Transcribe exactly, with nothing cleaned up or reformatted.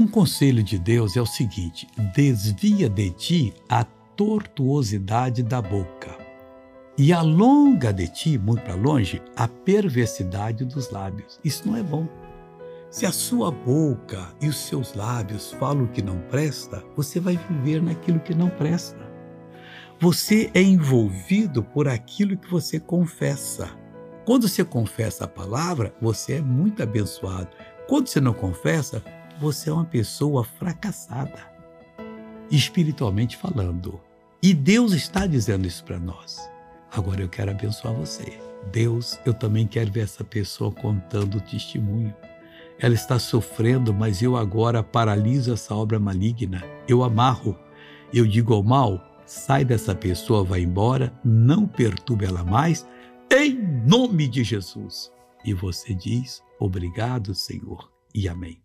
Um conselho de Deus é o seguinte: desvia de ti a tortuosidade da boca e alonga de ti, muito para longe, a perversidade dos lábios. Isso não é bom. Se a sua boca e os seus lábios falam o que não presta, você vai viver naquilo que não presta. Você é envolvido por aquilo que você confessa. Quando você confessa a palavra, você é muito abençoado. Quando você não confessa, você é uma pessoa fracassada, espiritualmente falando. E Deus está dizendo isso para nós. Agora eu quero abençoar você. Deus, eu também quero ver essa pessoa contando o testemunho. Ela está sofrendo, mas eu agora paraliso essa obra maligna. Eu amarro. Eu digo ao mal, sai dessa pessoa, vai embora, não perturbe ela mais, em nome de Jesus. E você diz, obrigado, Senhor, e amém.